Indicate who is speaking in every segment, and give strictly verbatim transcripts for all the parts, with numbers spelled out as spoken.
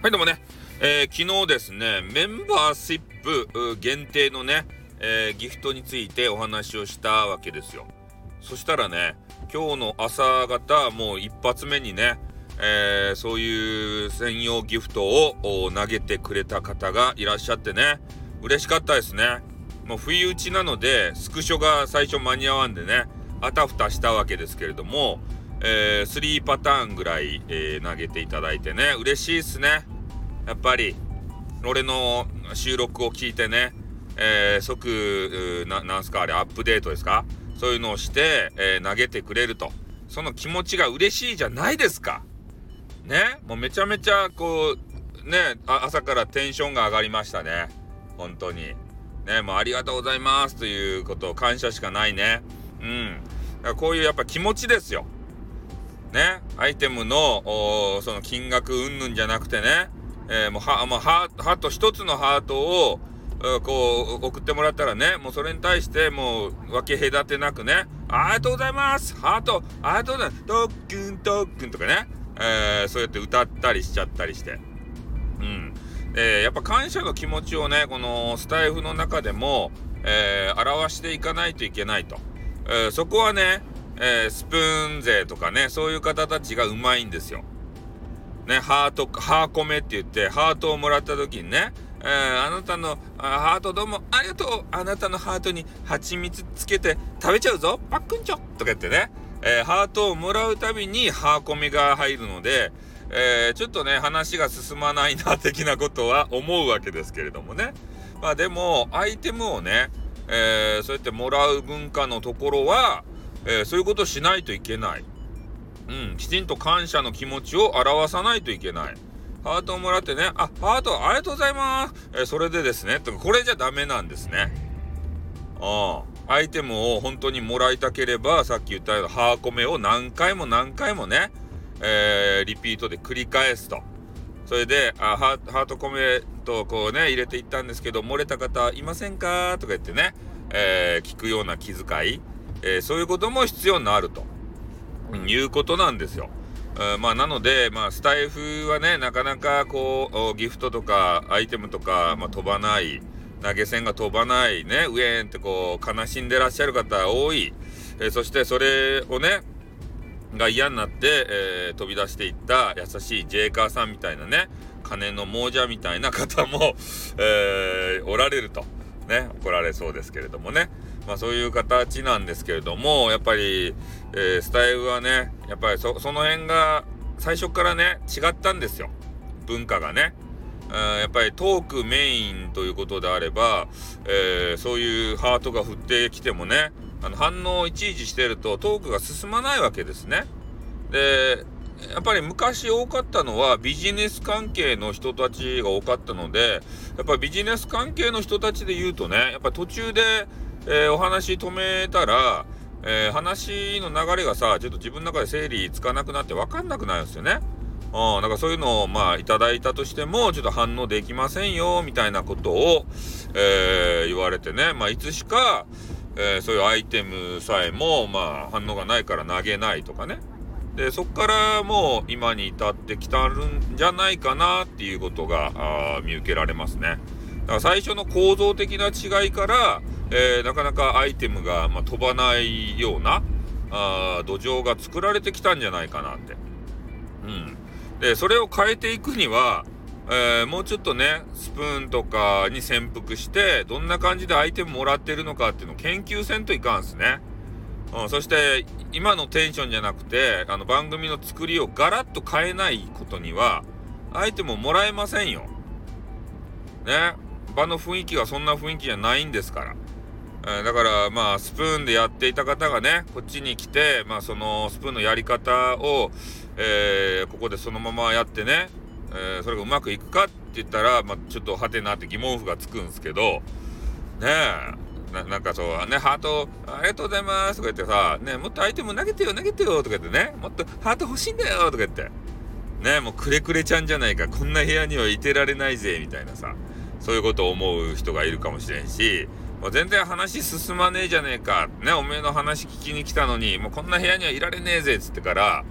Speaker 1: はい、どうもね、えー、昨日ですね、メンバーシップ限定のね、えー、ギフトについてお話をしたわけですよ。そしたらね、今日の朝方、もう一発目にね、えー、そういう専用ギフトを投げてくれた方がいらっしゃってね、嬉しかったですね。もう不意打ちなので、スクショが最初間に合わんでね、あたふたしたわけですけれども、えー、スリーパターンぐらい、えー、投げていただいてね、嬉しいっすね。やっぱり俺の収録を聞いてね、えー、即ななんすかあれアップデートですか、そういうのをして、えー、投げてくれると、その気持ちが嬉しいじゃないですかね。もうめちゃめちゃこうね、朝からテンションが上がりましたね。本当にね、もうありがとうございますということを感謝しかないね。うん、だからこういうやっぱ気持ちですよね。アイテムのその金額云々じゃなくてね、えー、もうは、まあ、ハート一つのハートをこう送ってもらったらね、もうそれに対してもう分け隔てなくね、ありがとうございますハートありがとうございます特訓特訓とかね、えー、そうやって歌ったりしちゃったりして、うん、えー、やっぱ感謝の気持ちをね、このスタイフの中でも、えー、表していかないといけないと、えー、そこはね、えー、スプーン勢とかね、そういう方たちがうまいんですよね。ハートハーコメって言ってハートをもらった時にね、えー、あなたのハートどうもありがとう、あなたのハートに蜂蜜つけて食べちゃうぞパックンチョとか言ってね、えー、ハートをもらうたびにハーコメが入るので、えー、ちょっとね話が進まないな的なことは思うわけですけれどもね。まあでもアイテムをね、えー、そうやってもらう文化のところは、えー、そういうことしないといけない。うん、きちんと感謝の気持ちを表さないといけない。ハートをもらってね、あ、ハートありがとうございます。えー、それでですね、とかこれじゃダメなんですね。ああ、アイテムを本当にもらいたければ、さっき言ったようなハーコメを何回も何回もね、えー、リピートで繰り返すと。それで、あ、ハートコメとこうね、入れていったんですけど、漏れた方いませんかとか言ってね、えー、聞くような気遣い、えー、そういうことも必要になると。いうことなんですよ。まあなので、まあスタイフはね、なかなかこうギフトとかアイテムとか、まあ、飛ばない、投げ銭が飛ばないね、ウェーンってこう悲しんでらっしゃる方多い。えー、そしてそれをねが嫌になって、えー、飛び出していった優しいジェイカーさんみたいなね、金の亡者みたいな方も、えー、おられるとね、怒られそうですけれどもね。まあそういう形なんですけれども、やっぱり、えー、スタイルはね、やっぱり そ, その辺が最初からね違ったんですよ、文化がね。やっぱりトークメインということであれば、えー、そういうハートが降ってきてもね、あの反応をいちいちしてるとトークが進まないわけですね。でやっぱり昔多かったのはビジネス関係の人たちが多かったので、やっぱりビジネス関係の人たちで言うとね、やっぱり途中で、えー、お話止めたら、えー、話の流れがさ、ちょっと自分の中で整理つかなくなって分かんなくなるんですよね。うん、だからそういうのをまあいただいたとしてもちょっと反応できませんよみたいなことを、えー、言われてね、まあいつしか、えー、そういうアイテムさえもまあ反応がないから投げないとかね。でそっからもう今に至ってきたるんじゃないかなっていうことがあ見受けられますね。だから最初の構造的な違いから、えー、なかなかアイテムが、まあ、飛ばないようなあ土壌が作られてきたんじゃないかなって。うん。でそれを変えていくには、えー、もうちょっとねスプーンとかに潜伏してどんな感じでアイテムもらってるのかっていうのを研究せんといかんすね。うん、そして今のテンションじゃなくてあの番組の作りをガラッと変えないことにはアイテムをもらえませんよね。場の雰囲気がそんな雰囲気じゃないんですから。えー、だからまあスプーンでやっていた方がねこっちに来て、まあそのスプーンのやり方を、えー、ここでそのままやってね、えー、それがうまくいくかって言ったら、まあ、ちょっとハテナって疑問符がつくんですけどね。え な, なんかそうね、ハートありがとうございますとか言ってさ、ね、もっとアイテム投げてよ投げてよとか言ってね、もっとハート欲しいんだよとか言ってね、もうくれくれちゃんじゃないか、こんな部屋にはいてられないぜみたいなさ、そういうことを思う人がいるかもしれんし、もう全然話進まねえじゃねえかね、おめえの話聞きに来たのにもうこんな部屋にはいられねえぜっつってから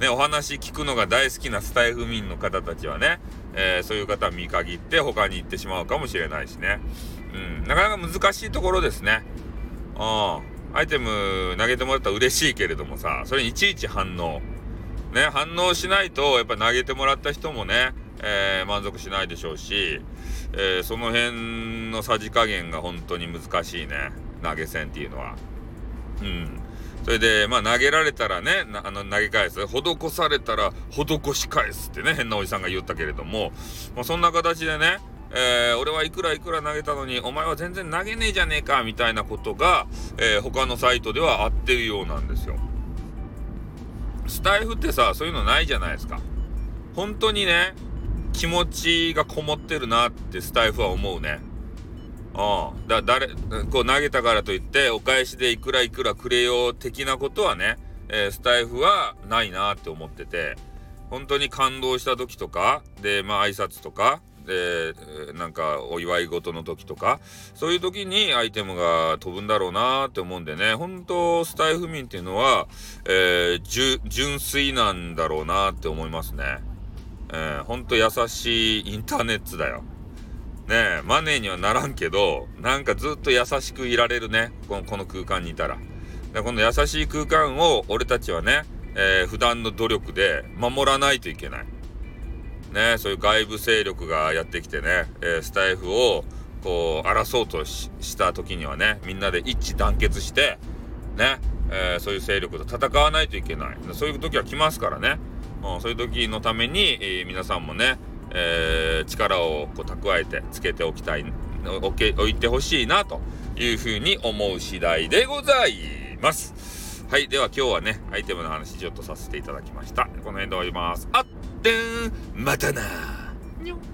Speaker 1: ね、お話聞くのが大好きなスタイフ民の方たちはね、えー、そういう方は見限って他に行ってしまうかもしれないしね。うん、なかなか難しいところですね。ああ、アイテム投げてもらったら嬉しいけれどもさ、それにいちいち反応。ね、反応しないと、やっぱ投げてもらった人もね、えー、満足しないでしょうし、えー、その辺のさじ加減が本当に難しいね。投げ銭っていうのは。うん。それで、まあ投げられたらね、あの投げ返す。施されたら施し返すってね、変なおじさんが言ったけれども、まあ、そんな形でね、えー、俺はいくらいくら投げたのに、お前は全然投げねえじゃねえか、みたいなことが、えー、他のサイトではあってるようなんですよ。スタイフってさ、そういうのないじゃないですか。本当にね、気持ちがこもってるなってスタイフは思うね。ああ、だ、誰、こう投げたからといって、お返しでいくらいくらくれよう的なことはね、えー、スタイフはないなって思ってて、本当に感動した時とか、で、まあ挨拶とか、で、なんかお祝い事の時とか、そういう時にアイテムが飛ぶんだろうなって思うんでね、本当スタイフ民っていうのは、えー、純粋なんだろうなって思いますね。えー、本当優しいインターネットだよ。ねえ、マネーにはならんけど、なんかずっと優しくいられるね。この、この空間にいたら。で、この優しい空間を俺たちはね、えー、普段の努力で守らないといけない。ね、そういう外部勢力がやってきてね、えー、スタイフをこう争おうと し, した時にはね、みんなで一致団結してね、えー、そういう勢力と戦わないといけない。そういう時は来ますからね。うん、そういう時のために、えー、皆さんもね、えー、力をこう蓄えてつけておきたい、おけ置いてほしいなというふうに思う次第でございます。はい、では今日はね、アイテムの話ちょっとさせていただきました。この辺で終わります。あってん、またな。にょ。